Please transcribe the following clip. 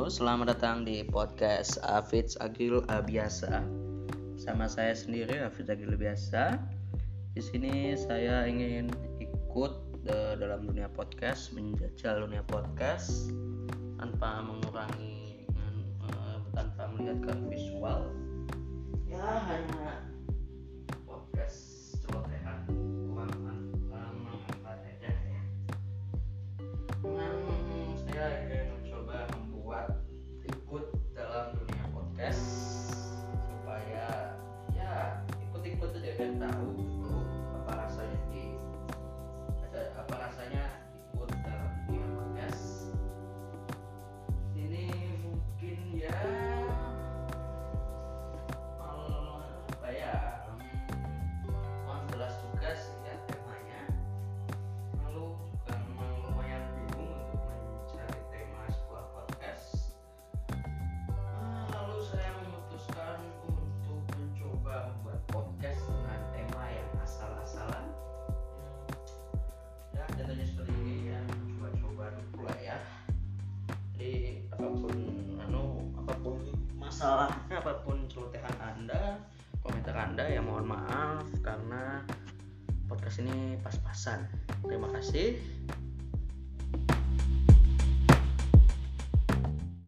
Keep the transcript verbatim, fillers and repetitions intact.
selamat datang di podcast Hafiz Agil Abiasa. Sama saya sendiri Hafiz Agil Abiasa. Di sini saya ingin ikut de- dalam dunia podcast, menjajal dunia podcast tanpa mengurangi dengan uh, tanpa melihatkan visual. Ya hanya podcast celotehan kurang manfaat aja ya. Dengan saya ingin mencoba membuat ikut dalam dunia podcast supaya ya ikut-ikut aja biar tahu dulu apa rasanya di apa rasanya ikut dalam dunia podcast ini. Mungkin ya mal apa ya kurang jelas juga sih ya temanya, lalu juga memang lumayan bingung untuk mencari tema sebuah podcast. Nah, lalu saya memutuskan untuk mencoba membuat podcast dengan tema yang asal-asalan. Ya, tentunya seperti ini ya, coba-coba dulu lah ya. Jadi apapun anu apapun masalahnya, apapun celotehan Anda, komentar Anda, ya mohon maaf karena podcast ini pas-pasan. Terima kasih.